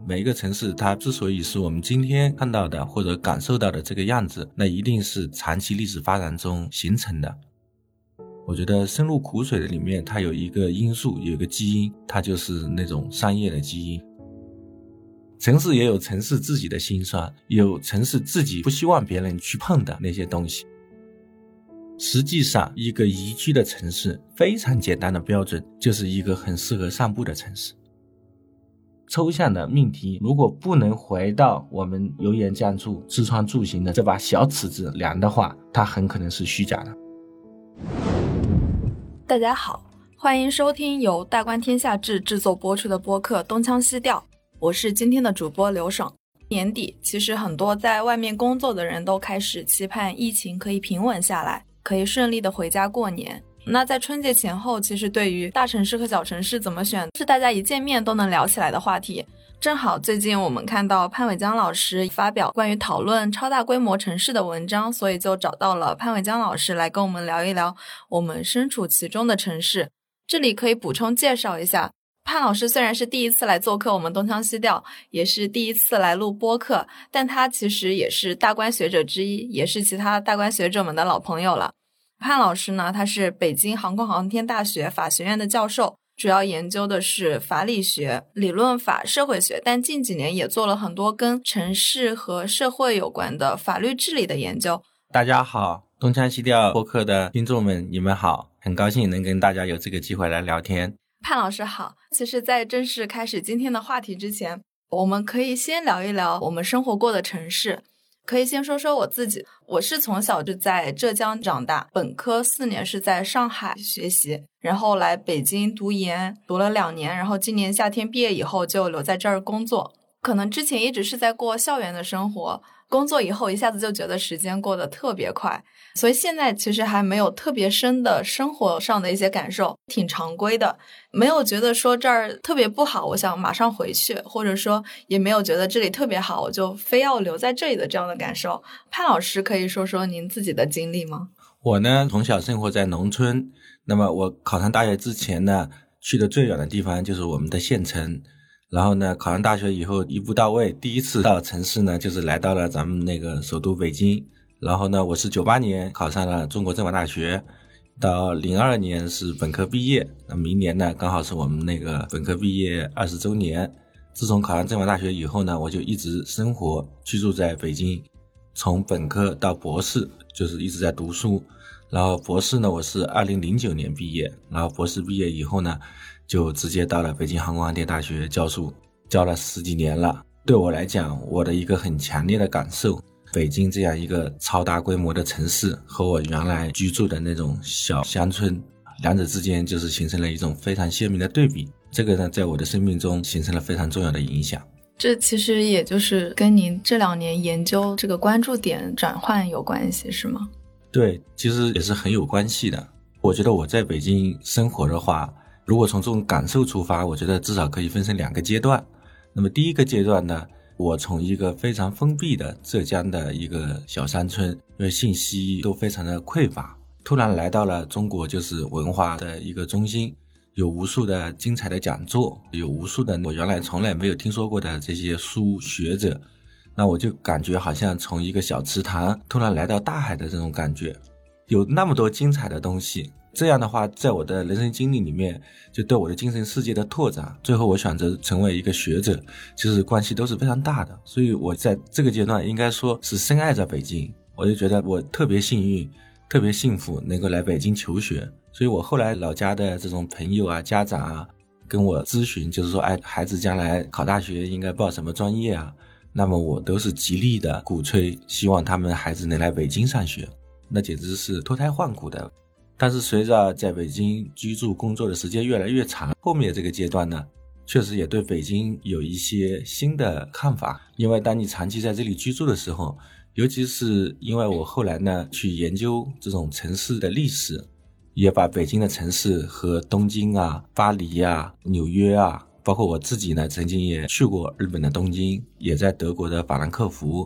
每一个城市它之所以是我们今天看到的或者感受到的这个样子，那一定是长期历史发展中形成的。我觉得深入苦水的里面，它有一个因素，有一个基因，它就是那种商业的基因。城市也有城市自己的辛酸，有城市自己不希望别人去碰的那些东西。实际上一个宜居的城市，非常简单的标准就是一个很适合散步的城市。抽象的命题如果不能回到我们油盐酱醋吃穿住行的这把小尺子量的话，它很可能是虚假的。 大家好，欢迎收听由大观天下志制作播出的播客东腔西调，我是今天的主播刘爽。年底其实很多在外面工作的人都开始期盼疫情可以平稳下来，可以顺利的回家过年。那在春节前后，其实对于大城市和小城市怎么选，是大家一见面都能聊起来的话题。正好最近我们看到潘伟江老师发表关于讨论超大规模城市的文章，所以就找到了潘伟江老师来跟我们聊一聊我们身处其中的城市。这里可以补充介绍一下，潘老师虽然是第一次来做客我们东腔西调，也是第一次来录播客，但他其实也是大观学者之一，也是其他大观学者们的老朋友了。潘老师呢，他是北京航空航天大学法学院的教授，主要研究的是法理学、理论法、社会学，但近几年也做了很多跟城市和社会有关的法律治理的研究。 大家好，东腔西调播客的听众们，你们好，很高兴能跟大家有这个机会来聊天。 潘老师好，其实在正式开始今天的话题之前，我们可以先聊一聊我们生活过的城市。可以先说说我自己，我是从小就在浙江长大，本科4年是在上海学习，然后来北京读研，读了2年，然后今年夏天毕业以后就留在这儿工作。可能之前一直是在过校园的生活，工作以后一下子就觉得时间过得特别快，所以现在其实还没有特别深的生活上的一些感受，挺常规的，没有觉得说这儿特别不好我想马上回去，或者说也没有觉得这里特别好我就非要留在这里的这样的感受。潘老师可以说说您自己的经历吗？ 我呢，从小生活在农村，那么我考上大学之前呢，去的最远的地方就是我们的县城。然后呢，考上大学以后一步到位，第一次到城市呢，就是来到了咱们那个首都北京。然后呢，我是98年考上了中国政法大学，到02年是本科毕业。那明年呢，刚好是我们那个本科毕业20周年。自从考上政法大学以后呢，我就一直生活居住在北京，从本科到博士就是一直在读书。然后博士呢，我是2009年毕业，然后博士毕业以后呢，就直接到了北京航空航天大学教书，教了10几年了。对我来讲，我的一个很强烈的感受，北京这样一个超大规模的城市和我原来居住的那种小乡村，两者之间就是形成了一种非常鲜明的对比。这个呢，在我的生命中形成了非常重要的影响。 这其实也就是跟您这2年研究这个关注点转换有关系，是吗？ 对，其实也是很有关系的。我觉得我在北京生活的话，如果从这种感受出发，我觉得至少可以分成2个阶段。那么第一个阶段呢，我从一个非常封闭的浙江的一个小山村，因为信息都非常的匮乏，突然来到了中国就是文化的一个中心，有无数的精彩的讲座，有无数的我原来从来没有听说过的这些书学者，那我就感觉好像从一个小池塘突然来到大海的这种感觉，有那么多精彩的东西。这样的话，在我的人生经历里面，就对我的精神世界的拓展，最后我选择成为一个学者，其实关系都是非常大的。所以我在这个阶段应该说是深爱着北京，我就觉得我特别幸运，特别幸福能够来北京求学。所以我后来老家的这种朋友啊、家长啊跟我咨询，就是说孩子将来考大学应该报什么专业啊，那么我都是极力的鼓吹，希望他们孩子能来北京上学，那简直是脱胎换骨的。但是随着在北京居住工作的时间越来越长，后面这个阶段呢，确实也对北京有一些新的看法。因为当你长期在这里居住的时候，尤其是因为我后来呢去研究这种城市的历史，也把北京的城市和东京啊、巴黎啊、纽约啊，包括我自己呢曾经也去过日本的东京，也在德国的法兰克福，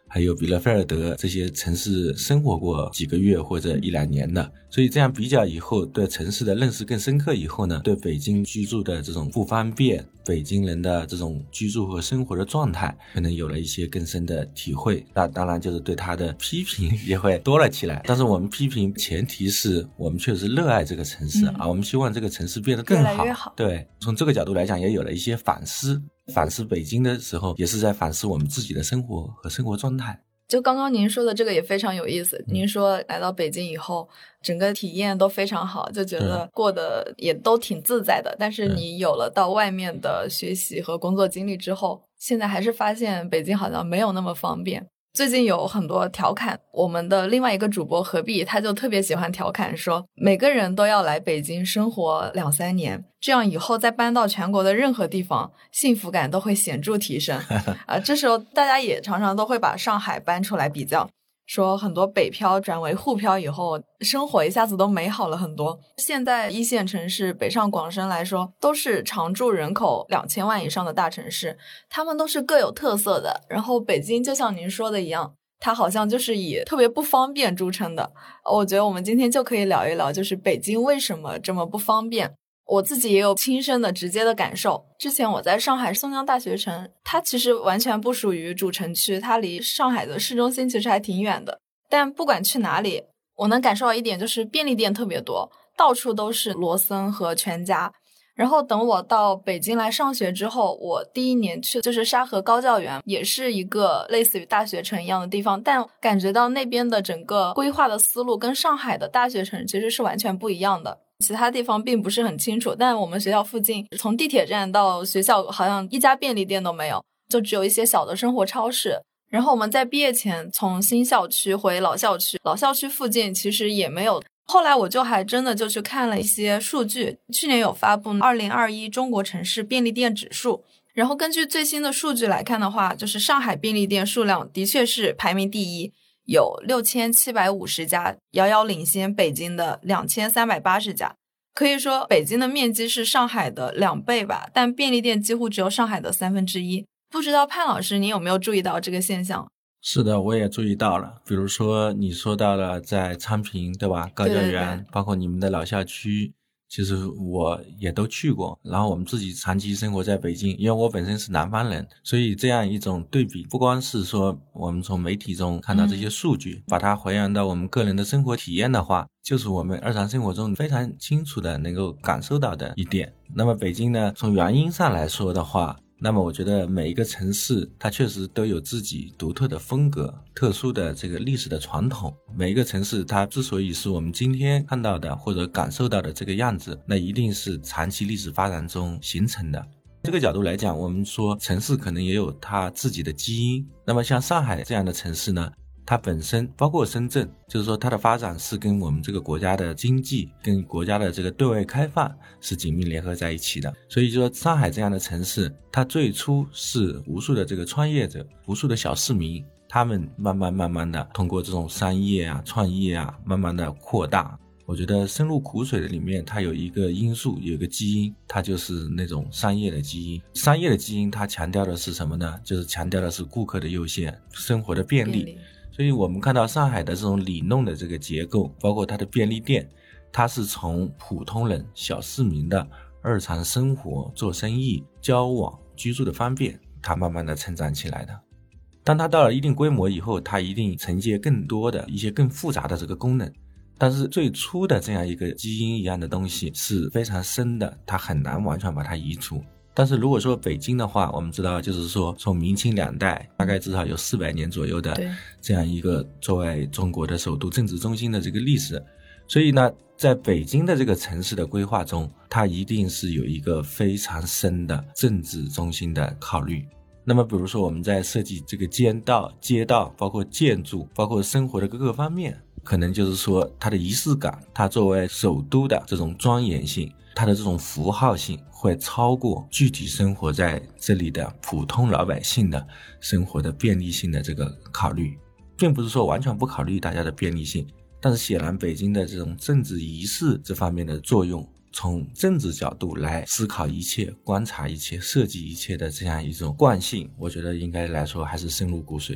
还有比勒菲尔德这些城市生活过几个月或者1-2年的，所以这样比较以后，对城市的认识更深刻以后呢，对北京居住的这种不方便，北京人的这种居住和生活的状态可能有了一些更深的体会。那当然就是对他的批评也会多了起来，但是我们批评前提是我们确实热爱这个城市我们希望这个城市变得更好， 越来越好。 对，从这个角度来讲也有了一些反思北京的时候，也是在反思我们自己的生活和生活状态。 就刚刚您说的这个也非常有意思，您说来到北京以后整个体验都非常好，就觉得过得也都挺自在的，但是你有了到外面的学习和工作经历之后，现在还是发现北京好像没有那么方便。最近有很多调侃，我们的另外一个主播何必他就特别喜欢调侃说，每个人都要来北京生活2-3年，这样以后再搬到全国的任何地方，幸福感都会显著提升这时候大家也常常都会把上海搬出来比较，说很多北漂转为沪漂以后，生活一下子都美好了很多。现在一线城市北上广深来说，都是常住人口2000万以上的大城市，他们都是各有特色的。然后北京就像您说的一样，它好像就是以特别不方便著称的。我觉得我们今天就可以聊一聊，就是北京为什么这么不方便。我自己也有亲身的直接的感受，之前我在上海松江大学城，它其实完全不属于主城区，它离上海的市中心其实还挺远的，但不管去哪里，我能感受到一点就是便利店特别多，到处都是罗森和全家。然后等我到北京来上学之后，我第1年去就是沙河高教园，也是一个类似于大学城一样的地方，但感觉到那边的整个规划的思路跟上海的大学城其实是完全不一样的。其他地方并不是很清楚，但我们学校附近从地铁站到学校好像一家便利店都没有，就只有一些小的生活超市。然后我们在毕业前从新校区回老校区，老校区附近其实也没有。后来我就还真的就去看了一些数据，去年有发布2021中国城市便利店指数，然后根据最新的数据来看的话，就是上海便利店数量的确是排名第一，有6750家，遥遥领先北京的2380家。可以说北京的面积是上海的2倍吧，但便利店几乎只有上海的1/3。不知道潘老师你有没有注意到这个现象？ 是的，我也注意到了。比如说你说到了在昌平，对吧？高教园，包括你们的老校区，其实我也都去过。然后我们自己长期生活在北京，因为我本身是南方人，所以这样一种对比，不光是说我们从媒体中看到这些数据，把它还原到我们个人的生活体验的话，就是我们日常生活中非常清楚的能够感受到的一点。那么北京呢，从原因上来说的话，那么我觉得每一个城市它确实都有自己独特的风格，特殊的这个历史的传统。每一个城市它之所以是我们今天看到的或者感受到的这个样子，那一定是长期历史发展中形成的。这个角度来讲，我们说城市可能也有它自己的基因。那么像上海这样的城市呢，它本身包括深圳，就是说它的发展是跟我们这个国家的经济跟国家的这个对外开放是紧密联合在一起的。所以就说上海这样的城市，它最初是无数的这个创业者，无数的小市民，他们慢慢的通过这种商业啊创业啊慢慢的扩大。我觉得深入苦水的里面，它有一个因素，有一个基因，它就是那种商业的基因。商业的基因它强调的是什么呢？就是强调的是顾客的优先，生活的便利。所以我们看到上海的这种里弄的这个结构，包括它的便利店，它是从普通人小市民的日常生活、做生意、交往、居住的方便，它慢慢的成长起来的。当它到了一定规模以后，它一定承接更多的一些更复杂的这个功能，但是最初的这样一个基因一样的东西是非常深的，它很难完全把它移除。但是如果说北京的话，我们知道就是说从明清2代大概至少有400年左右的这样一个作为中国的首都政治中心的这个历史，所以呢在北京的这个城市的规划中，它一定是有一个非常深的政治中心的考虑。那么比如说我们在设计这个街道包括建筑包括生活的各个方面，可能就是说它的仪式感，它作为首都的这种庄严性，它的这种符号性会超过具体生活在这里的普通老百姓的生活的便利性的这个考虑，并不是说完全不考虑大家的便利性，但是显然北京的这种政治仪式这方面的作用，从政治角度来思考一切、观察一切、设计一切的这样一种惯性，我觉得应该来说还是深入骨髓的。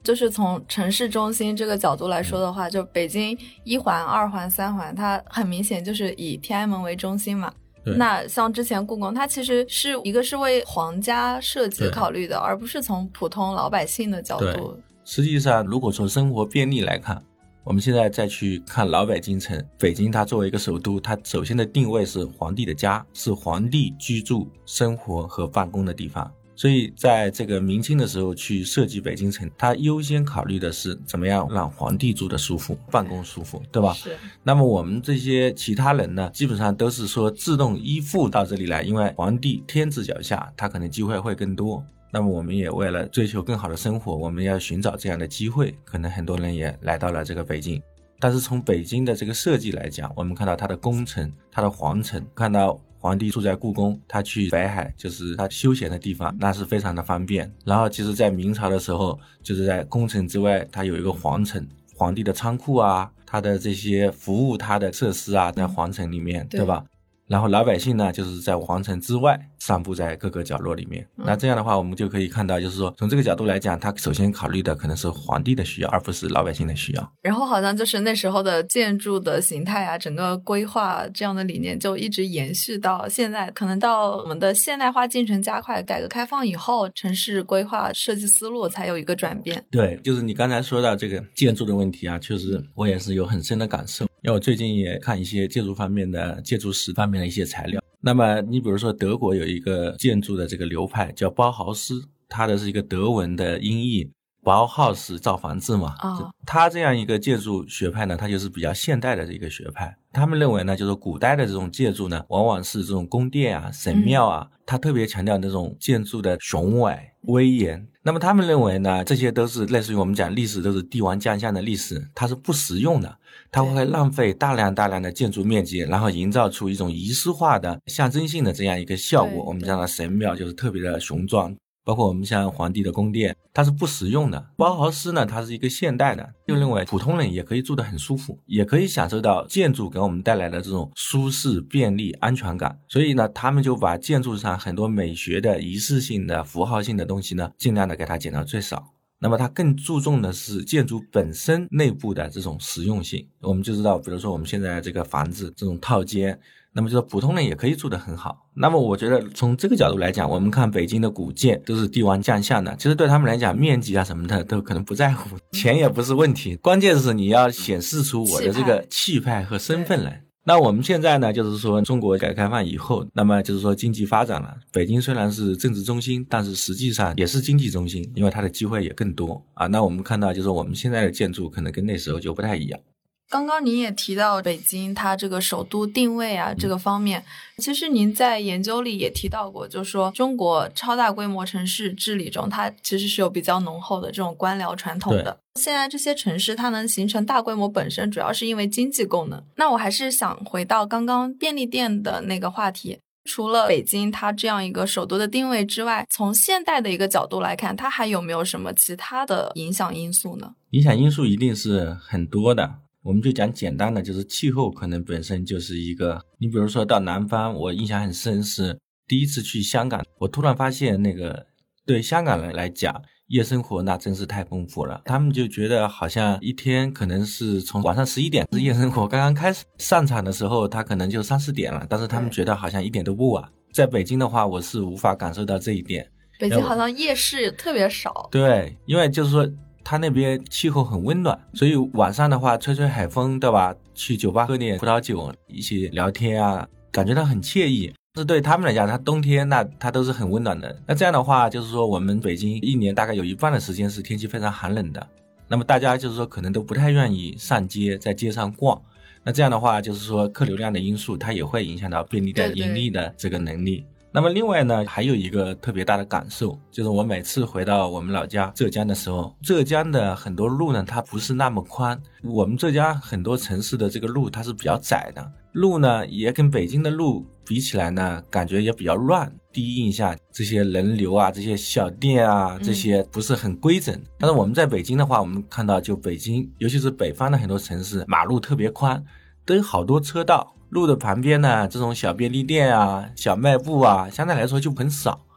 就是从城市中心这个角度来说的话，就北京1环、2环、3环，它很明显就是以天安门为中心嘛。那像之前故宫，它其实是一个是为皇家设计考虑的，而不是从普通老百姓的角度。 实际上如果从生活便利来看，我们现在再去看老北京城，北京它作为一个首都，它首先的定位是皇帝的家，是皇帝居住、生活和办公的地方。所以在这个明清的时候去设计北京城，它优先考虑的是怎么样让皇帝住得舒服，办公舒服，对吧？ 是。 那么我们这些其他人呢，基本上都是说自动依附到这里来，因为皇帝天子脚下，他可能机会会更多。那么我们也为了追求更好的生活，我们要寻找这样的机会，可能很多人也来到了这个北京。但是从北京的这个设计来讲，我们看到它的宫城、它的皇城，看到皇帝住在故宫，他去北海就是他休闲的地方，那是非常的方便。然后其实在明朝的时候，就是在宫城之外，它有一个皇城，皇帝的仓库啊，他的这些服务他的设施啊，在皇城里面，对吧？然后老百姓呢，就是在皇城之外散布在各个角落里面。那这样的话，我们就可以看到，就是说从这个角度来讲，他首先考虑的可能是皇帝的需要，而不是老百姓的需要。 然后好像就是那时候的建筑的形态啊，整个规划这样的理念就一直延续到现在，可能到我们的现代化进程加快，改革开放以后，城市规划设计思路才有一个转变。 对，就是你刚才说到这个建筑的问题啊，确实我也是有很深的感受。因为我最近也看一些建筑方面的建筑史方面的一些材料。那么你比如说德国有一个建筑的这个流派叫包豪斯，它的是一个德文的音译，包豪斯造房子嘛。它这样一个建筑学派呢，它就是比较现代的一个学派。他们认为呢，就是古代的这种建筑呢，往往是这种宫殿啊、神庙啊，它特别强调那种建筑的雄伟威严。那么他们认为呢，这些都是类似于我们讲历史都是帝王将相的历史，它是不实用的，它会浪费大量的建筑面积，然后营造出一种仪式化的象征性的这样一个效果。我们讲的神庙就是特别的雄壮，包括我们像皇帝的宫殿，它是不实用的。包豪斯呢，它是一个现代的，就认为普通人也可以住得很舒服，也可以享受到建筑给我们带来的这种舒适、便利、安全感。所以呢，他们就把建筑上很多美学的、仪式性的、符号性的东西呢，尽量的给它减到最少。那么它更注重的是建筑本身内部的这种实用性。我们就知道，比如说我们现在这个房子这种套间，那么就是普通人也可以住得很好。那么我觉得从这个角度来讲，我们看北京的古建都是帝王将相的，其实对他们来讲面积啊什么的都可能不在乎，钱也不是问题，关键是你要显示出我的这个气派和身份来。那我们现在呢，就是说中国改革开放以后，那么就是说经济发展了，北京虽然是政治中心，但是实际上也是经济中心，因为它的机会也更多啊。那我们看到就是我们现在的建筑可能跟那时候就不太一样。 刚刚您也提到北京它这个首都定位啊这个方面，其实您在研究里也提到过，就是说中国超大规模城市治理中，它其实是有比较浓厚的这种官僚传统的。现在这些城市它能形成大规模本身主要是因为经济功能。那我还是想回到刚刚便利店的那个话题，除了北京它这样一个首都的定位之外，从现代的一个角度来看，它还有没有什么其他的影响因素呢？ 影响因素一定是很多的，我们就讲简单的，就是气候可能本身就是一个。你比如说到南方，我印象很深是第一次去香港，我突然发现那个对香港人来讲，夜生活那真是太丰富了。他们就觉得好像一天可能是从晚上11点是夜生活刚刚开始，上场的时候他可能就3、4点了，但是他们觉得好像一点都不晚。在北京的话，我是无法感受到这一点。 北京好像夜市特别少。 对，因为就是说它那边气候很温暖，所以晚上的话吹吹海风，对吧？去酒吧喝点葡萄酒，一起聊天啊，感觉到很惬意。是对他们来讲，它冬天那它都是很温暖的。那这样的话，就是说我们北京一年大概有一半的时间是天气非常寒冷的。那么大家就是说可能都不太愿意上街，在街上逛。那这样的话，就是说客流量的因素，它也会影响到便利店盈利的这个能力。那么另外呢，还有一个特别大的感受，就是我每次回到我们老家浙江的时候，浙江的很多路呢，它不是那么宽。我们浙江很多城市的这个路它是比较窄的，路呢也跟北京的路比起来呢，感觉也比较乱。第一印象，这些人流啊，这些小店啊，这些不是很规整。但是我们在北京的话，我们看到就北京，尤其是北方的很多城市，马路特别宽，都有好多车道。路的旁边呢，这种小便利店啊、小卖部啊，相对来说就很少。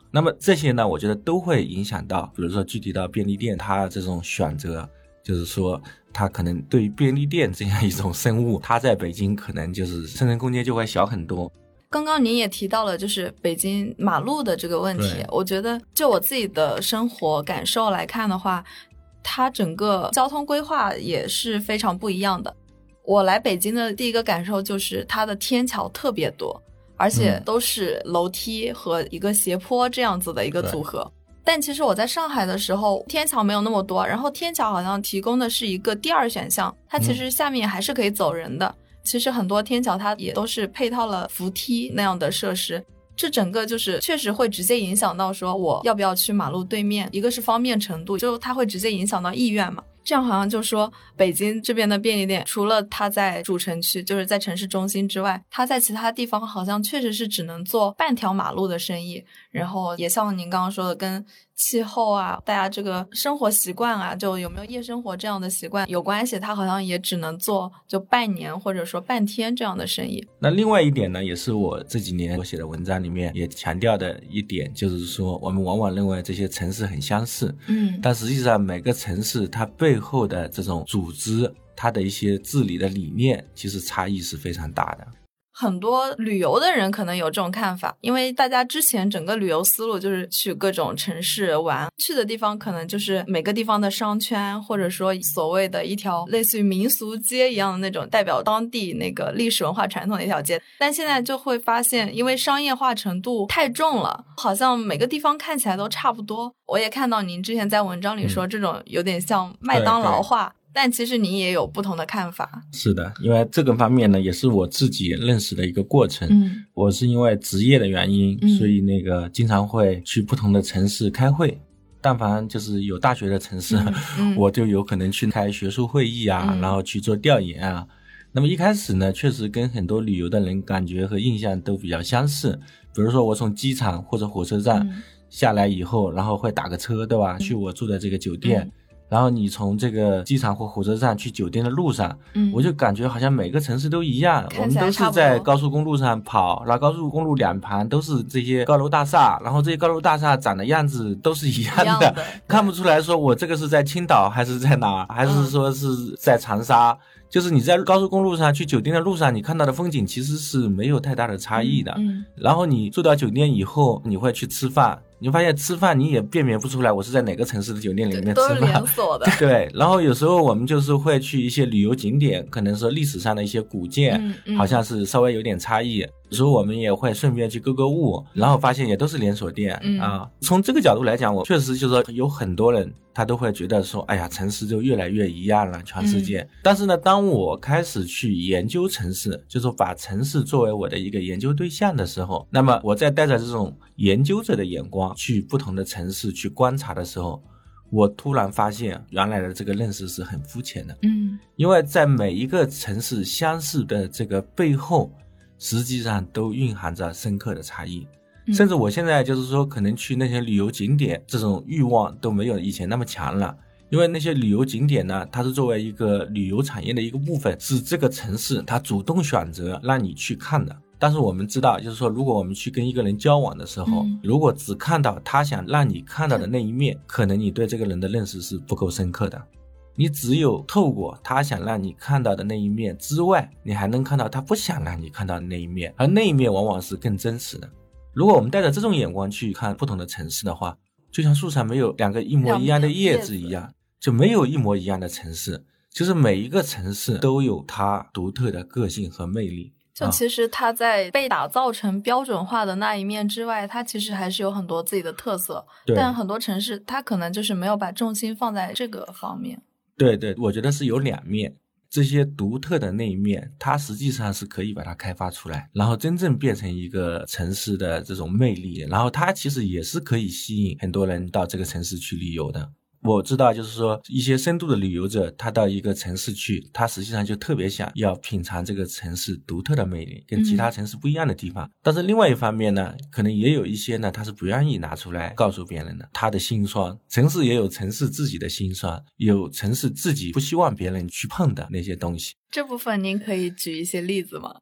那么这些呢，我觉得都会影响到，比如说具体到便利店，它这种选择，就是说它可能对于便利店这样一种生物，它在北京可能就是生存空间就会小很多。 刚刚您也提到了就是北京马路的这个问题，我觉得就我自己的生活感受来看的话，它整个交通规划也是非常不一样的。我来北京的第一个感受就是它的天桥特别多，而且都是楼梯和一个斜坡这样子的一个组合。但其实我在上海的时候，天桥没有那么多，然后天桥好像提供的是一个第二选项，它其实下面还是可以走人的。其实很多天桥它也都是配套了扶梯那样的设施，这整个就是确实会直接影响到说我要不要去马路对面，一个是方便程度，就它会直接影响到意愿嘛。这样好像就说北京这边的便利店，除了它在主城区就是在城市中心之外，它在其他地方好像确实是只能做半条马路的生意，然后也像您刚刚说的跟气候啊，大家这个生活习惯啊，就有没有夜生活这样的习惯有关系，它好像也只能做就半年或者说半天这样的生意。 那另外一点呢，也是我这几年我写的文章里面也强调的一点，就是说我们往往认为这些城市很相似，但实际上每个城市它背后的这种组织，它的一些治理的理念其实差异是非常大的。 很多旅游的人可能有这种看法，因为大家之前整个旅游思路就是去各种城市玩，去的地方可能就是每个地方的商圈，或者说所谓的一条类似于民俗街一样的那种代表当地那个历史文化传统的一条街。但现在就会发现，因为商业化程度太重了，好像每个地方看起来都差不多。我也看到您之前在文章里说，这种有点像麦当劳化，但其实你也有不同的看法。 是的，因为这个方面呢，也是我自己认识的一个过程。我是因为职业的原因，所以那个经常会去不同的城市开会。但凡就是有大学的城市，我就有可能去开学术会议啊，然后去做调研啊。那么一开始呢，确实跟很多旅游的人感觉和印象都比较相似。比如说我从机场或者火车站下来以后，然后会打个车，对吧？去我住的这个酒店。然后你从这个机场或火车站去酒店的路上，我就感觉好像每个城市都一样，我们都是在高速公路上跑，然后高速公路两旁都是这些高楼大厦，然后这些高楼大厦长的样子都是一样的，看不出来说我这个是在青岛还是在哪，还是说是在长沙。就是你在高速公路上去酒店的路上，你看到的风景其实是没有太大的差异的。然后你住到酒店以后，你会去吃饭，你会发现吃饭你也辨别不出来我是在哪个城市的酒店里面吃饭， 都是连锁的。 对，然后有时候我们就是会去一些旅游景点，可能说历史上的一些古建，好像是稍微有点差异。有时候我们也会顺便去购购物，然后发现也都是连锁店啊。从这个角度来讲，我确实就是说有很多人他都会觉得说，哎呀，城市就越来越一样了，全世界。但是呢，当我开始去研究城市，就是把城市作为我的一个研究对象的时候，那么我在带着这种研究者的眼光去不同的城市去观察的时候，我突然发现原来的这个认识是很肤浅的。因为在每一个城市相似的这个背后，实际上都蕴含着深刻的差异。甚至我现在就是说可能去那些旅游景点，这种欲望都没有以前那么强了。因为那些旅游景点呢，它是作为一个旅游产业的一个部分，是这个城市它主动选择让你去看的。但是我们知道，就是说如果我们去跟一个人交往的时候，如果只看到他想让你看到的那一面，可能你对这个人的认识是不够深刻的。你只有透过他想让你看到的那一面之外，你还能看到他不想让你看到的那一面，而那一面往往是更真实的。如果我们带着这种眼光去看不同的城市的话，就像树上没有两个一模一样的叶子一样，就没有一模一样的城市，就是每一个城市都有它独特的个性和魅力。 就其实它在被打造成标准化的那一面之外，它其实还是有很多自己的特色，但很多城市它可能就是没有把重心放在这个方面。 对对，我觉得是有两面，这些独特的那一面它实际上是可以把它开发出来，然后真正变成一个城市的这种魅力，然后它其实也是可以吸引很多人到这个城市去旅游的。我知道就是说一些深度的旅游者，他到一个城市去，他实际上就特别想要品尝这个城市独特的魅力，跟其他城市不一样的地方。但是另外一方面呢，可能也有一些呢，他是不愿意拿出来告诉别人的，他的辛酸。城市也有城市自己的辛酸，有城市自己不希望别人去碰的那些东西。 这部分您可以举一些例子吗？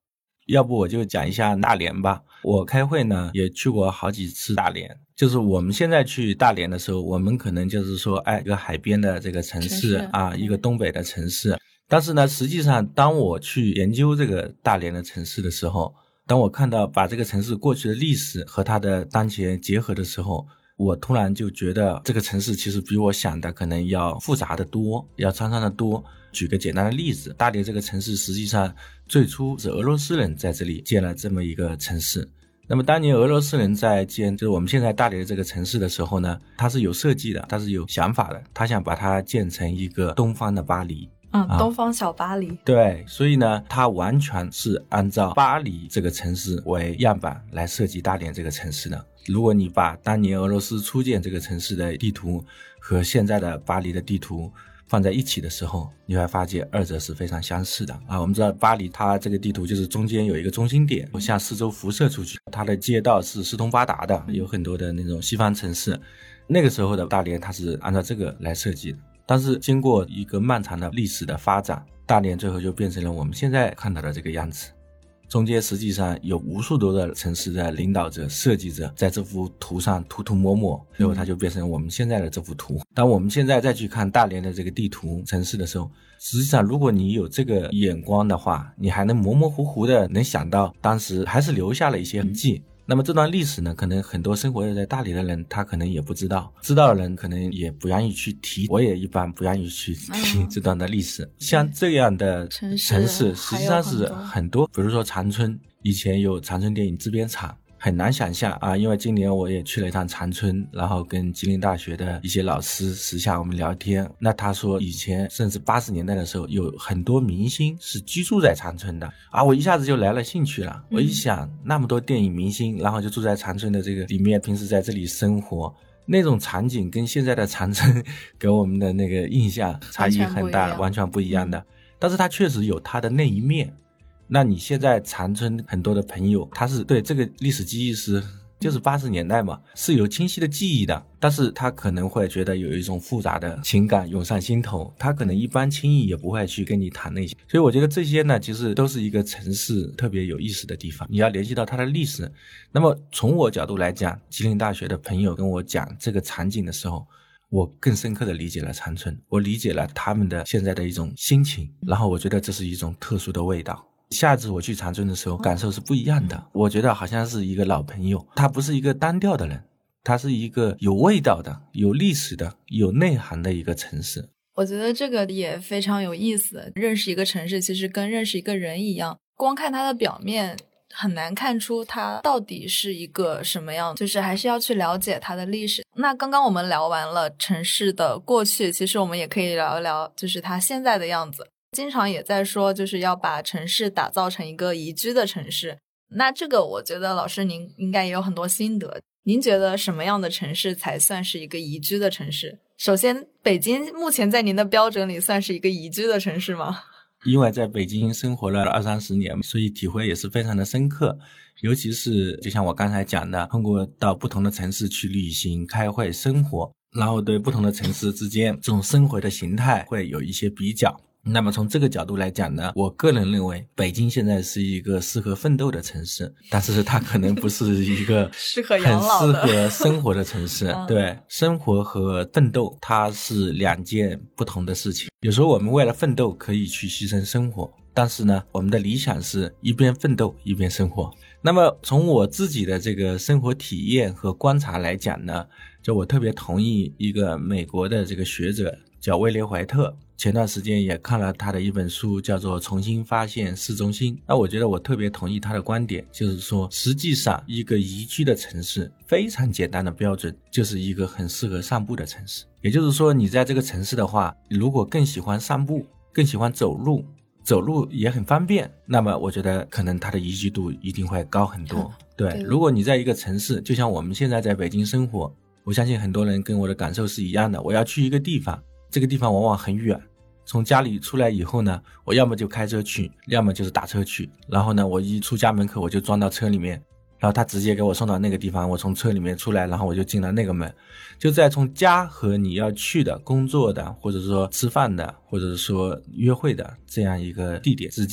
要不我就讲一下大连吧。我开会呢也去过好几次大连，就是我们现在去大连的时候，我们可能就是说一个海边的这个城市啊，一个东北的城市。但是呢实际上当我去研究这个大连的城市的时候，当我看到把这个城市过去的历史和它的当前结合的时候，我突然就觉得这个城市其实比我想的可能要复杂的多，要沧桑的多。举个简单的例子，大连这个城市实际上最初是俄罗斯人在这里建了这么一个城市。那么当年俄罗斯人在建就是我们现在大连这个城市的时候呢，他是有设计的，他是有想法的，他想把它建成一个东方的巴黎。 东方小巴黎。 对，所以呢他完全是按照巴黎这个城市为样板来设计大连这个城市的。如果你把当年俄罗斯初建这个城市的地图和现在的巴黎的地图放在一起的时候，你会发现二者是非常相似的我们知道巴黎它这个地图就是中间有一个中心点，向四周辐射出去，它的街道是四通八达的，有很多的那种西方城市。那个时候的大连它是按照这个来设计的，但是经过一个漫长的历史的发展，大连最后就变成了我们现在看到的这个样子。中间实际上有无数多的城市的领导者设计者在这幅图上涂涂抹抹，最后它就变成我们现在的这幅图。当我们现在再去看大连的这个地图城市的时候，实际上如果你有这个眼光的话，你还能模模糊糊的能想到当时还是留下了一些痕迹。那么这段历史呢，可能很多生活在大连的人他可能也不知道，知道的人可能也不愿意去提，我也一般不愿意去提这段的历史。像这样的城市实际上是很多，比如说长春，以前有长春电影制片厂，很难想象因为今年我也去了一趟长春，然后跟吉林大学的一些老师私下我们聊天，那他说以前甚至80年代的时候有很多明星是居住在长春的我一下子就来了兴趣了。我一想那么多电影明星，然后就住在长春的这个里面，平时在这里生活，那种场景跟现在的长春给我们的那个印象差异很大，完全不一样的。但是它确实有它的那一面。那你现在长春很多的朋友，他是对这个历史记忆就是80年代嘛，是有清晰的记忆的，但是他可能会觉得有一种复杂的情感涌上心头，他可能一般轻易也不会去跟你谈那些。所以我觉得这些呢，其实都是一个城市特别有意思的地方，你要联系到它的历史。那么从我角度来讲，吉林大学的朋友跟我讲这个场景的时候，我更深刻的理解了长春，我理解了他们的现在的一种心情，然后我觉得这是一种特殊的味道。下次我去长春的时候感受是不一样的，我觉得好像是一个老朋友，他不是一个单调的人，他是一个有味道的、有历史的、有内涵的一个城市。 我觉得这个也非常有意思，认识一个城市其实跟认识一个人一样，光看它的表面很难看出它到底是一个什么样，就是还是要去了解它的历史。那刚刚我们聊完了城市的过去，其实我们也可以聊一聊就是它现在的样子。经常也在说就是要把城市打造成一个宜居的城市，那这个我觉得老师您应该也有很多心得，您觉得什么样的城市才算是一个宜居的城市？首先北京目前在您的标准里算是一个宜居的城市吗？ 因为在北京生活了20-30年，所以体会也是非常的深刻，尤其是就像我刚才讲的，通过到不同的城市去旅行、开会、生活，然后对不同的城市之间这种生活的形态会有一些比较。那么从这个角度来讲呢，我个人认为北京现在是一个适合奋斗的城市，但是它可能不是一个适合养老的很适合生活的城市对，生活和奋斗它是两件不同的事情，有时候我们为了奋斗可以去牺牲生活，但是呢我们的理想是一边奋斗一边生活。那么从我自己的这个生活体验和观察来讲呢，就我特别同意一个美国的这个学者叫威廉怀特，前段时间也看了他的一本书叫做《重新发现市中心》。那我觉得我特别同意他的观点，就是说实际上一个宜居的城市非常简单的标准就是一个很适合散步的城市。也就是说你在这个城市的话，如果更喜欢散步，更喜欢走路也很方便，那么我觉得可能它的宜居度一定会高很多对，如果你在一个城市，就像我们现在在北京生活，我相信很多人跟我的感受是一样的，我要去一个地方，这个地方往往很远，从家里出来以后呢，我要么就开车去，要么就是打车去，然后呢我一出家门口我就装到车里面，然后他直接给我送到那个地方，我从车里面出来，然后我就进了那个门，就在从家和你要去的工作的或者说吃饭的或者说约会的这样一个地点之间，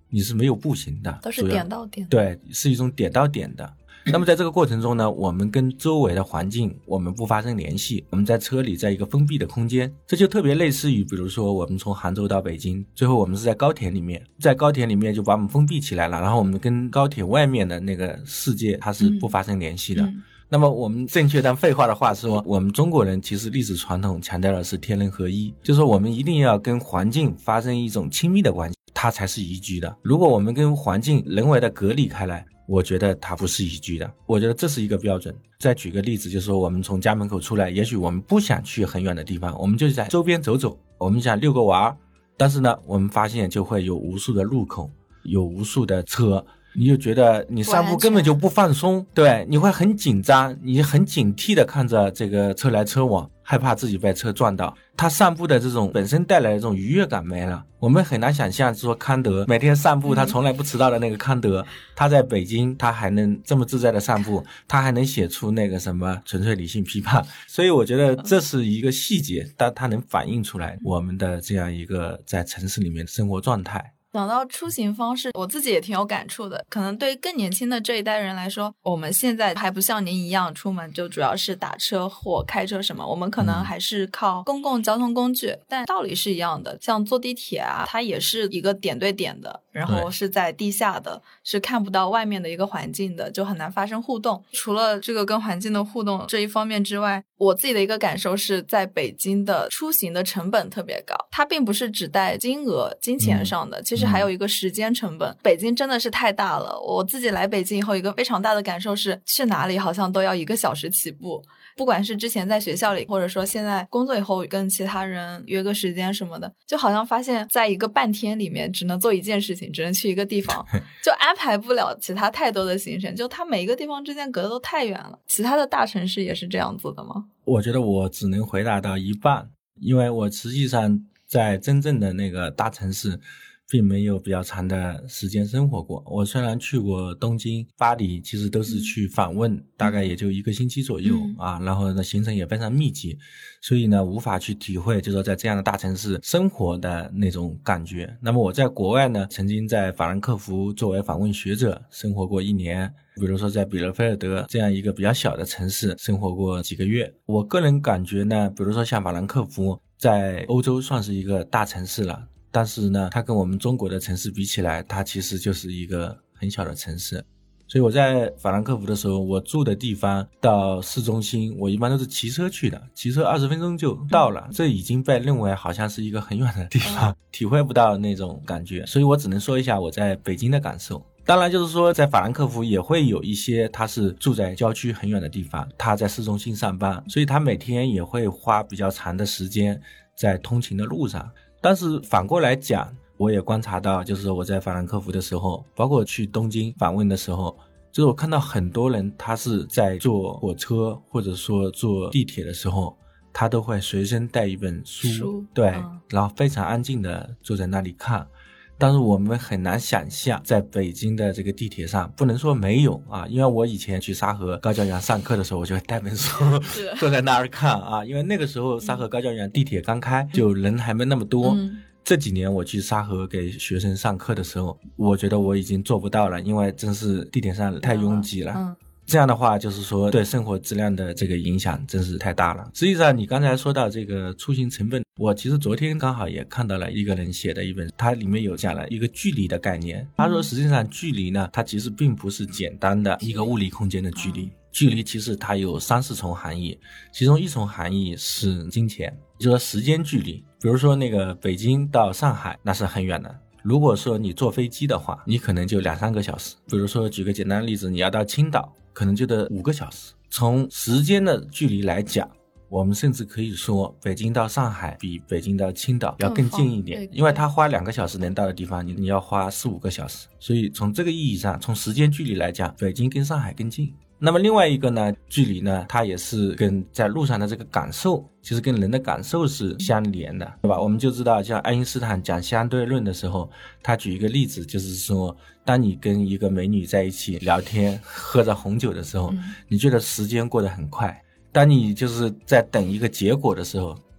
你是没有步行的， 都是点到点。 对，是一种点到点的。那么在这个过程中呢，我们跟周围的环境我们不发生联系，我们在车里在一个封闭的空间，这就特别类似于比如说我们从杭州到北京，最后我们是在高铁里面，在高铁里面就把我们封闭起来了，然后我们跟高铁外面的那个世界它是不发生联系的。那么我们正确但废话的话说，我们中国人其实历史传统强调的是天人合一，就是说我们一定要跟环境发生一种亲密的关系，它才是宜居的。如果我们跟环境人为的隔离开来，我觉得它不是宜居的，我觉得这是一个标准。再举个例子，就是说我们从家门口出来，也许我们不想去很远的地方，我们就在周边走走，我们想遛个娃，但是呢我们发现就会有无数的路口，有无数的车，你就觉得你散步根本就不放松，对，你会很紧张，你很警惕的看着这个车来车往，害怕自己被车撞到。他散步的这种本身带来的这种愉悦感没了。我们很难想象说康德每天散步，他从来不迟到的那个康德，他在北京他还能这么自在的散步，他还能写出那个什么纯粹理性批判。所以我觉得这是一个细节，但它能反映出来我们的这样一个在城市里面的生活状态。 讲到出行方式，我自己也挺有感触的。可能对更年轻的这一代人来说，我们现在还不像您一样出门就主要是打车或开车什么，我们可能还是靠公共交通工具，但道理是一样的。像坐地铁啊，它也是一个点对点的，然后是在地下的，是看不到外面的一个环境的，就很难发生互动。除了这个跟环境的互动这一方面之外，我自己的一个感受是在北京的出行的成本特别高，它并不是只带金钱上的，其实还有一个时间成本。北京真的是太大了，我自己来北京以后一个非常大的感受是，去哪里好像都要1个小时起步。不管是之前在学校里，或者说现在工作以后跟其他人约个时间什么的，就好像发现在一个半天里面只能做一件事情，只能去一个地方，就安排不了其他太多的行程，就它每一个地方之间隔得都太远了。其他的大城市也是这样子的吗？ 我觉得我只能回答到一半，因为我实际上在真正的那个大城市并没有比较长的时间生活过。我虽然去过东京、巴黎，其实都是去访问，大概也就1个星期左右啊，然后呢行程也非常密集，所以呢无法去体会就是说在这样的大城市生活的那种感觉。那么我在国外呢，曾经在法兰克福作为访问学者生活过1年，比如说在比勒菲尔德这样一个比较小的城市生活过几个月。我个人感觉呢，比如说像法兰克福在欧洲算是一个大城市了，但是呢它跟我们中国的城市比起来，它其实就是一个很小的城市。所以我在法兰克福的时候，我住的地方到市中心我一般都是骑车去的，骑车20分钟就到了，这已经被认为好像是一个很远的地方，体会不到那种感觉。所以我只能说一下我在北京的感受。当然就是说在法兰克福也会有一些他是住在郊区很远的地方，他在市中心上班，所以他每天也会花比较长的时间在通勤的路上。但是反过来讲，我也观察到，就是我在法兰克福的时候，包括去东京访问的时候，就是我看到很多人他是在坐火车或者说坐地铁的时候，他都会随身带一本书，对，然后非常安静的坐在那里看。但是我们很难想象在北京的这个地铁上，不能说没有啊，因为我以前去沙河高教园上课的时候，我就会带本书坐在那儿看啊，因为那个时候沙河高教园地铁刚开，就人还没那么多。这几年我去沙河给学生上课的时候，我觉得我已经做不到了，因为真是地铁上太拥挤了。这样的话就是说对生活质量的这个影响真是太大了。实际上你刚才说到这个出行成本，我其实昨天刚好也看到了一个人写的一本，他里面有讲了一个距离的概念。他说实际上距离呢，它其实并不是简单的一个物理空间的距离，距离其实它有3、4重含义，其中一重含义是金钱，就是说时间距离。比如说那个北京到上海那是很远的，如果说你坐飞机的话，你可能就2、3个小时。比如说举个简单的例子，你要到青岛可能就得5个小时。从时间的距离来讲，我们甚至可以说北京到上海比北京到青岛要更近一点，因为它花2个小时能到的地方，你要花4、5个小时。所以从这个意义上，从时间距离来讲，北京跟上海更近。那么另外一个呢，距离呢，它也是跟在路上的这个感受，其实跟人的感受是相连的，对吧？我们就知道像爱因斯坦讲相对论的时候，他举一个例子，就是说当你跟一个美女在一起聊天喝着红酒的时候，你觉得时间过得很快，当你就是在等一个结果的时候，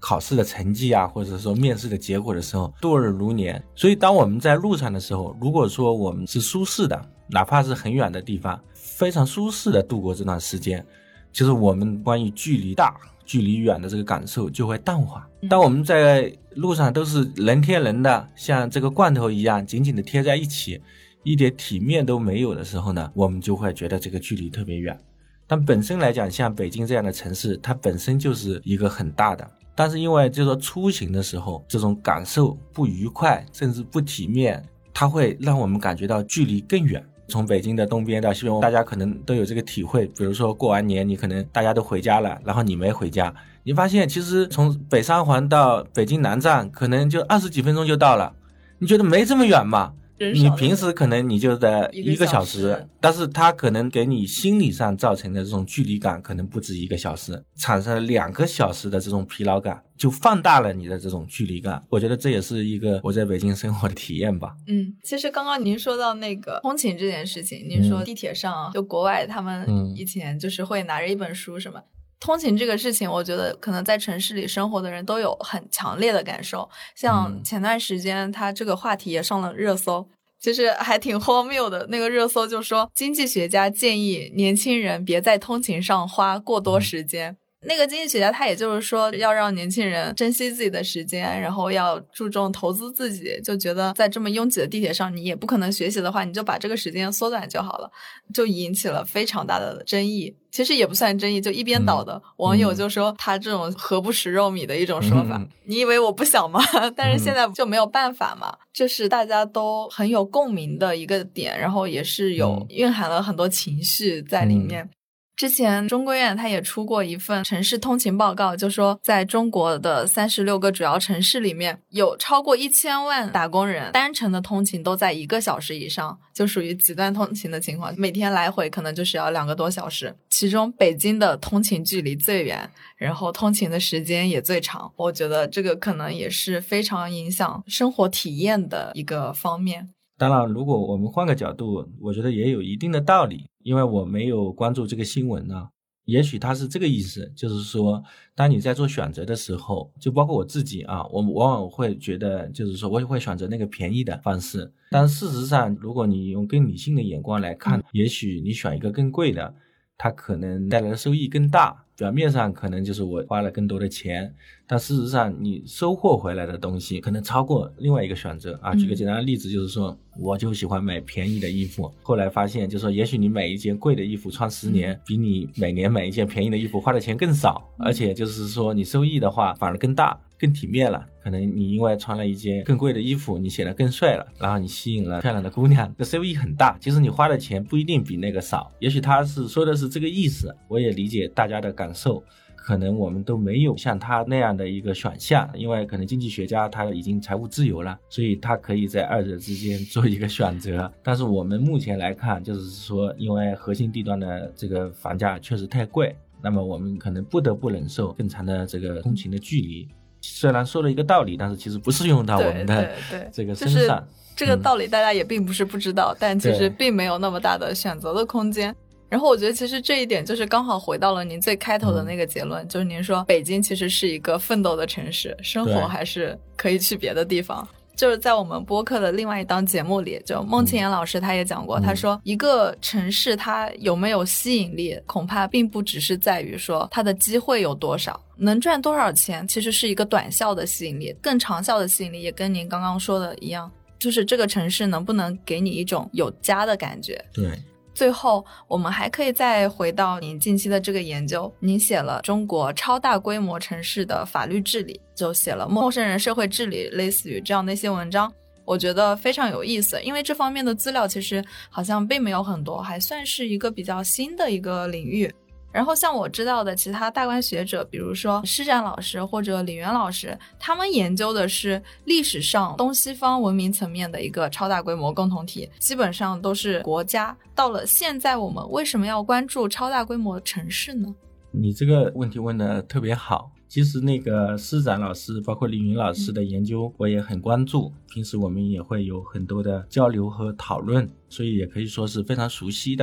考试的成绩啊，或者说面试的结果的时候度日如年。所以当我们在路上的时候，如果说我们是舒适的，哪怕是很远的地方，非常舒适的度过这段时间，就是我们关于距离大距离远的这个感受就会淡化。当我们在路上都是人贴人的，像这个罐头一样紧紧的贴在一起，一点体面都没有的时候呢，我们就会觉得这个距离特别远。但本身来讲，像北京这样的城市，它本身就是一个很大的，但是因为就是说出行的时候这种感受不愉快甚至不体面，它会让我们感觉到距离更远。从北京的东边到西边，大家可能都有这个体会，比如说过完年你可能大家都回家了，然后你没回家，你发现其实从北三环到北京南站可能就20几分钟就到了，你觉得没这么远吗？你平时可能你就在1个小时，但是它可能给你心理上造成的这种距离感可能不止1个小时，产生了2个小时的这种疲劳感，就放大了你的这种距离感。我觉得这也是一个我在北京生活的体验吧。 其实刚刚您说到那个通勤这件事情，您说地铁上就国外他们以前就是会拿着一本书什么，通勤这个事情我觉得可能在城市里生活的人都有很强烈的感受。像前段时间他这个话题也上了热搜，其实还挺荒谬的。那个热搜就说经济学家建议年轻人别在通勤上花过多时间。那个经济学家他也就是说要让年轻人珍惜自己的时间，然后要注重投资自己，就觉得在这么拥挤的地铁上你也不可能学习的话，你就把这个时间缩短就好了，就引起了非常大的争议。其实也不算争议，就一边倒的网友就说他这种何不食肉糜的一种说法，你以为我不想吗？但是现在就没有办法嘛，这是大家都很有共鸣的一个点，然后也是有蕴含了很多情绪在里面。之前中规院它也出过一份城市通勤报告，就说在中国的36个主要城市里面，有超过1000万打工人单程的通勤都在1个小时以上，就属于极端通勤的情况，每天来回可能就是要2个多小时。其中北京的通勤距离最远，然后通勤的时间也最长，我觉得这个可能也是非常影响生活体验的一个方面。 当然如果我们换个角度，我觉得也有一定的道理，因为我没有关注这个新闻呢。也许它是这个意思，就是说当你在做选择的时候，就包括我自己啊，我往往会觉得就是说我也会选择那个便宜的方式，但事实上如果你用更理性的眼光来看，也许你选一个更贵的，它可能带来的收益更大，表面上可能就是我花了更多的钱，但事实上你收获回来的东西可能超过另外一个选择啊。举个简单的例子，就是说我就喜欢买便宜的衣服，后来发现就是说也许你买一件贵的衣服穿10年，比你每年买一件便宜的衣服花的钱更少，而且就是说你收益的话反而更大更体面了。可能你因为穿了一件更贵的衣服，你显得更帅了，然后你吸引了漂亮的姑娘，这收益很大。其实你花的钱不一定比那个少，也许他是说的是这个意思。我也理解大家的感受，可能我们都没有像他那样的一个选项，因为可能经济学家他已经财务自由了，所以他可以在2者之间做一个选择。但是我们目前来看，就是说因为核心地段的这个房价确实太贵，那么我们可能不得不忍受更长的这个通勤的距离。虽然说了一个道理，但是其实不适用到我们的这个身上。 这个道理大家也并不是不知道，但其实并没有那么大的选择的空间。然后我觉得其实这一点就是刚好回到了您最开头的那个结论，就是您说北京其实是一个奋斗的城市，生活还是可以去别的地方。就是在我们播客的另外一档节目里，就孟庆岩老师他也讲过，他说一个城市它有没有吸引力，恐怕并不只是在于说它的机会有多少，能赚多少钱其实是一个短效的吸引力，更长效的吸引力也跟您刚刚说的一样，就是这个城市能不能给你一种有家的感觉。 对， 最后我们还可以再回到您近期的这个研究，您写了中国超大规模城市的法律治理，就写了陌生人社会治理，类似于这样的一些文章，我觉得非常有意思。因为这方面的资料其实好像并没有很多，还算是一个比较新的一个领域。然后像我知道的其他大观学者，比如说施展老师或者李源老师，他们研究的是历史上东西方文明层面的一个超大规模共同体，基本上都是国家。到了现在我们为什么要关注超大规模城市呢？ 你这个问题问得特别好。其实那个施展老师包括李云老师的研究我也很关注，平时我们也会有很多的交流和讨论，所以也可以说是非常熟悉的。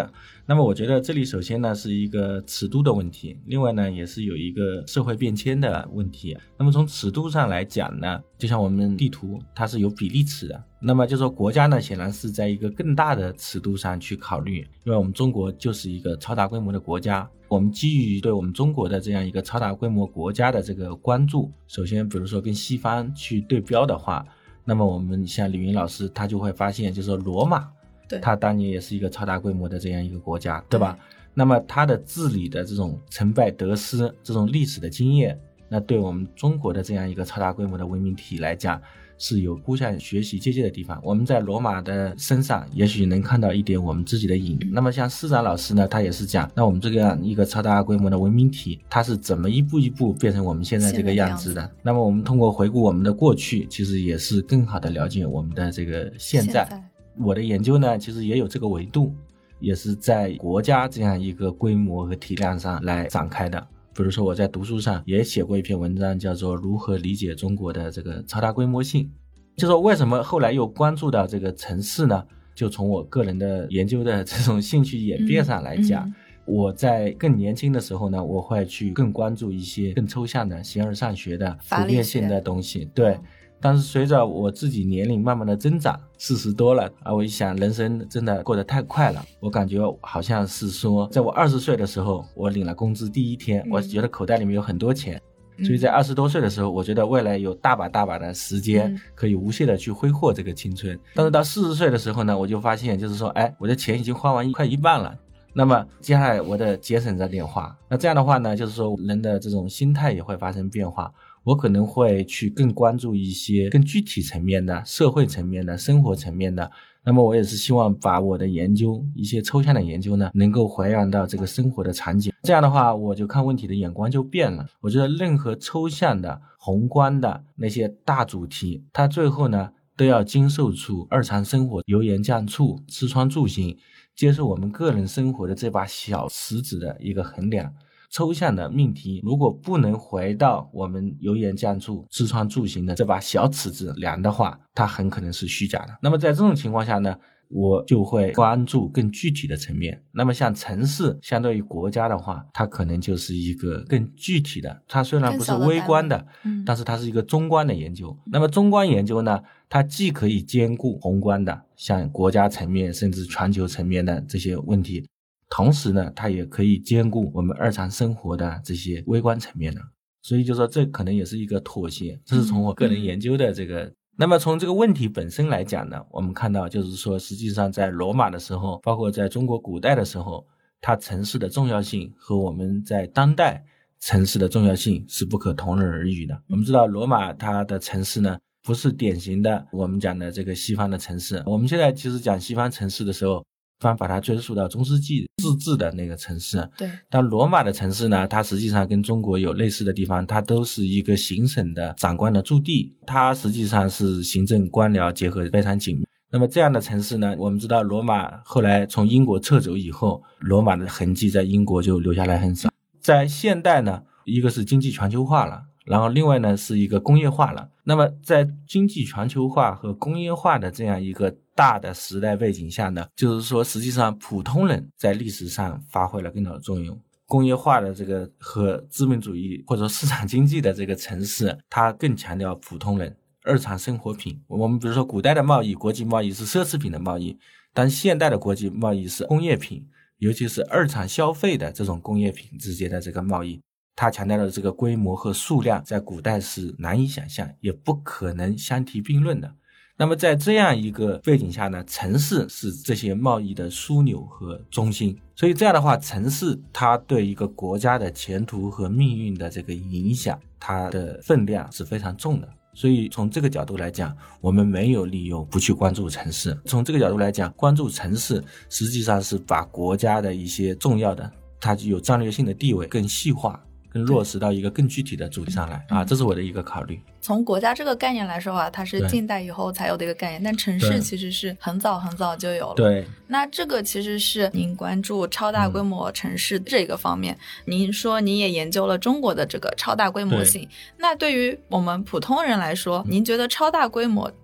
那么我觉得这里首先呢是一个尺度的问题，另外呢也是有一个社会变迁的问题。那么从尺度上来讲呢，就像我们地图它是有比例尺的，那么就说国家呢显然是在一个更大的尺度上去考虑，因为我们中国就是一个超大规模的国家，我们基于对我们中国的这样一个超大规模国家的这个关注，首先比如说跟西方去对标的话，那么我们像李云老师他就会发现，就是说罗马它当年也是一个超大规模的这样一个国家，对吧？那么它的治理的这种成败得失，这种历史的经验，那对我们中国的这样一个超大规模的文明体来讲是有互相学习借鉴的地方。我们在罗马的身上也许能看到一点我们自己的影。那么像施展老师呢，他也是讲，那我们这样一个超大规模的文明体，它是怎么一步一步变成我们现在这个样子的。那么我们通过回顾我们的过去，其实也是更好的了解我们的这个现在。我的研究呢其实也有这个维度，也是在国家这样一个规模和体量上来展开的。比如说我在读书上也写过一篇文章，叫做如何理解中国的这个超大规模性。就说为什么后来又关注到这个城市呢，就从我个人的研究的这种兴趣演变上来讲，我在更年轻的时候呢，我会去更关注一些更抽象的形而上学的普遍性的东西。对，但是随着我自己年龄慢慢的增长，40多了啊，我一想人生真的过得太快了，我感觉好像是说在我20岁的时候我领了工资第一天，我觉得口袋里面有很多钱，所以在20多岁的时候我觉得未来有大把的时间可以无限的去挥霍这个青春。但是到40岁的时候呢，我就发现就是说我的钱已经花完快一半了，那么接下来我的节省在变化，那这样的话呢，就是说人的这种心态也会发生变化，我可能会去更关注一些更具体层面的社会层面的生活层面的。那么我也是希望把我的研究一些抽象的研究呢能够还原到这个生活的场景，这样的话我就看问题的眼光就变了。我觉得任何抽象的宏观的那些大主题，它最后呢都要经受出日常生活油盐酱醋吃穿住行，接受我们个人生活的这把小石子的一个衡量。抽象的命题如果不能回到我们油盐酱醋吃穿住行的这把小尺子量的话，它很可能是虚假的。那么在这种情况下呢，我就会关注更具体的层面。那么像城市相对于国家的话，它可能就是一个更具体的，它虽然不是微观的，但是它是一个中观的研究。那么中观研究呢，它既可以兼顾宏观的像国家层面甚至全球层面的这些问题，同时呢它也可以兼顾我们日常生活的这些微观层面的。所以就说这可能也是一个妥协，这是从我个人研究的这个。那么从这个问题本身来讲呢，我们看到就是说实际上在罗马的时候，包括在中国古代的时候，它城市的重要性和我们在当代城市的重要性是不可同日而语的。我们知道罗马它的城市呢不是典型的我们讲的这个西方的城市，我们现在其实讲西方城市的时候把它追溯到中世纪自治的那个城市。 对， 但罗马的城市呢，它实际上跟中国有类似的地方，它都是一个行省的长官的驻地，它实际上是行政官僚结合非常紧密。那么这样的城市呢，我们知道罗马后来从英国撤走以后，罗马的痕迹在英国就留下来很少。在现代呢，一个是经济全球化了，然后另外呢是一个工业化了。那么在经济全球化和工业化的这样一个大的时代背景下呢，就是说实际上普通人在历史上发挥了更大的作用。工业化的这个和资本主义或者说市场经济的这个城市，它更强调普通人日常生活品。我们比如说古代的贸易，国际贸易是奢侈品的贸易，但现代的国际贸易是工业品，尤其是日常消费的这种工业品之间的这个贸易，它强调的这个规模和数量在古代是难以想象，也不可能相提并论的。那么在这样一个背景下呢，城市是这些贸易的枢纽和中心，所以这样的话，城市它对一个国家的前途和命运的这个影响，它的分量是非常重的。所以从这个角度来讲，我们没有理由不去关注城市。从这个角度来讲，关注城市实际上是把国家的一些重要的它具有战略性的地位更细化，更落实到一个更具体的主题上来啊，这是我的一个考虑。 从国家这个概念来说啊，它是近代以后才有的一个概念，但城市其实是很早就有了。 对， 那这个其实是您关注超大规模城市这个方面，您说您也研究了中国的这个超大规模性，那对于我们普通人来说，您觉得超大规模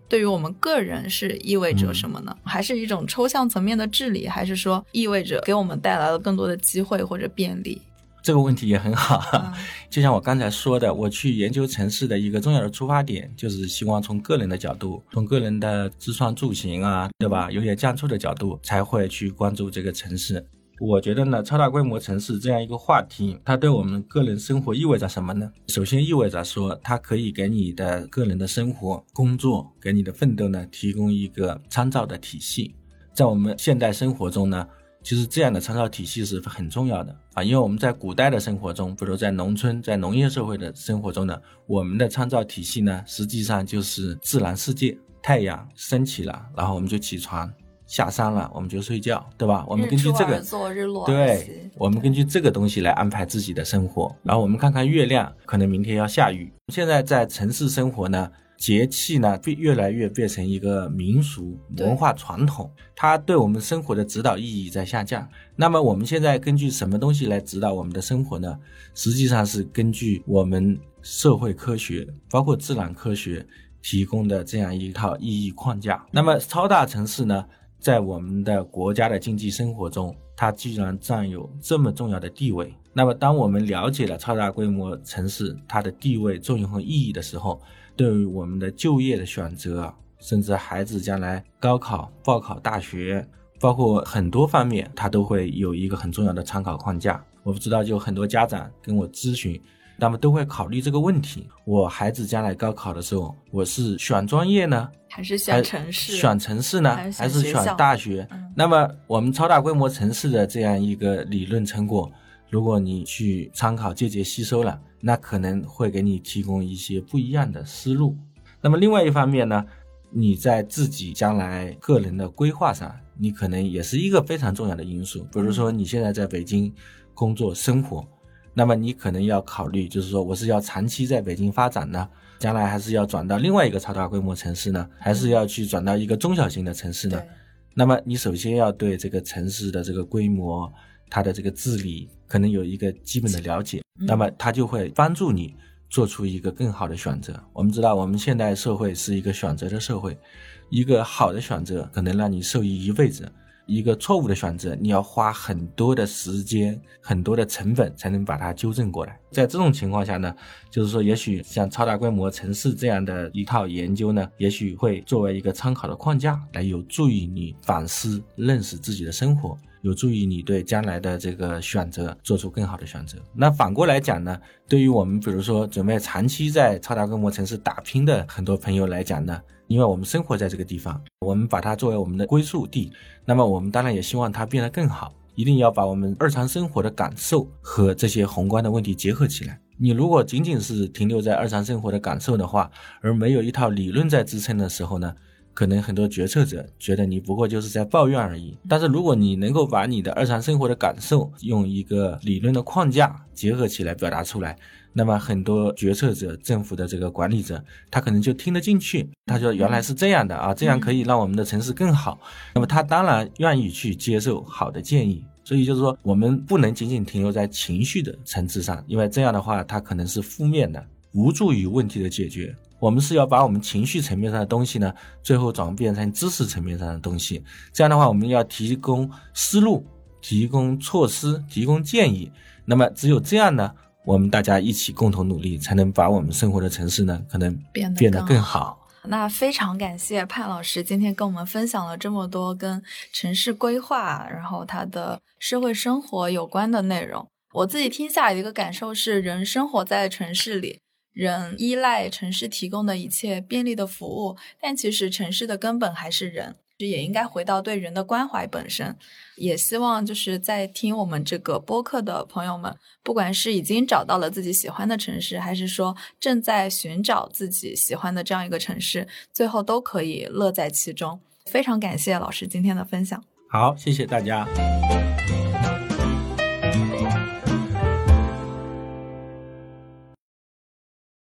对于我们个人是意味着什么呢？还是一种抽象层面的治理，还是说意味着给我们带来了更多的机会或者便利？ 这个问题也很好，就像我刚才说的，我去研究城市的一个重要的出发点，就是希望从个人的角度，从个人的吃穿住行啊，对吧，由远降粗的角度，才会去关注这个城市。我觉得呢，超大规模城市这样一个话题，它对我们个人生活意味着什么呢？首先意味着说，它可以给你的个人的生活、工作，给你的奋斗呢，提供一个参照的体系。在我们现代生活中呢，其实这样的参照体系是很重要的啊，因为我们在古代的生活中，比如在农村、在农业社会的生活中呢，我们的参照体系呢，实际上就是自然世界，太阳升起了，然后我们就起床，下山了我们就睡觉，对吧？我们根据这个日出而作，日落而息。 对，我们根据这个东西来安排自己的生活。然后我们看看月亮，可能明天要下雨。现在在城市生活呢，节气呢越来越变成一个民俗文化传统，它对我们生活的指导意义在下降。那么我们现在根据什么东西来指导我们的生活呢？实际上是根据我们社会科学包括自然科学提供的这样一套意义框架。那么超大城市呢，在我们的国家的经济生活中，它居然占有这么重要的地位。那么当我们了解了超大规模城市它的地位、作用和意义的时候，对于我们的就业的选择，甚至孩子将来高考、报考大学，包括很多方面，它都会有一个很重要的参考框架。我不知道，就很多家长跟我咨询，那么都会考虑这个问题，我孩子将来高考的时候，我是选专业呢， 还是选城市？ 选城市呢，还是选大学？那么我们超大规模城市的这样一个理论成果，如果你去参考借鉴吸收了，那可能会给你提供一些不一样的思路。那么另外一方面呢，你在自己将来个人的规划上，你可能也是一个非常重要的因素。比如说你现在在北京工作生活，那么你可能要考虑，就是说我是要长期在北京发展呢，将来还是要转到另外一个超大规模城市呢，还是要去转到一个中小型的城市呢？那么你首先要对这个城市的这个规模，它的这个治理可能有一个基本的了解，那么它就会帮助你做出一个更好的选择。我们知道我们现代社会是一个选择的社会，一个好的选择可能让你受益一辈子，一个错误的选择你要花很多的时间、很多的成本才能把它纠正过来。在这种情况下呢，就是说也许像超大规模城市这样的一套研究呢，也许会作为一个参考的框架，来有助于你反思认识自己的生活，有助于你对将来的这个选择做出更好的选择。那反过来讲呢，对于我们比如说准备长期在超大规模城市打拼的很多朋友来讲呢，因为我们生活在这个地方，我们把它作为我们的归宿地，那么我们当然也希望它变得更好，一定要把我们日常生活的感受和这些宏观的问题结合起来。你如果仅仅是停留在日常生活的感受的话，而没有一套理论在支撑的时候呢，可能很多决策者觉得你不过就是在抱怨而已。但是如果你能够把你的日常生活的感受用一个理论的框架结合起来表达出来，那么很多决策者、政府的这个管理者，他可能就听得进去，他说原来是这样的啊，这样可以让我们的城市更好，那么他当然愿意去接受好的建议。所以就是说，我们不能仅仅停留在情绪的层次上，因为这样的话它可能是负面的，无助于问题的解决。我们是要把我们情绪层面上的东西呢，最后转变成知识层面上的东西。这样的话，我们要提供思路，提供措施，提供建议。那么只有这样呢，我们大家一起共同努力，才能把我们生活的城市呢，可能变得更好。 那非常感谢潘老师今天跟我们分享了这么多跟城市规划，然后它的社会生活有关的内容。我自己听下来的一个感受是，人生活在城市里，人依赖城市提供的一切便利的服务，但其实城市的根本还是人，也应该回到对人的关怀本身。也希望就是在听我们这个播客的朋友们，不管是已经找到了自己喜欢的城市，还是说正在寻找自己喜欢的这样一个城市，最后都可以乐在其中。非常感谢老师今天的分享。 好，谢谢大家。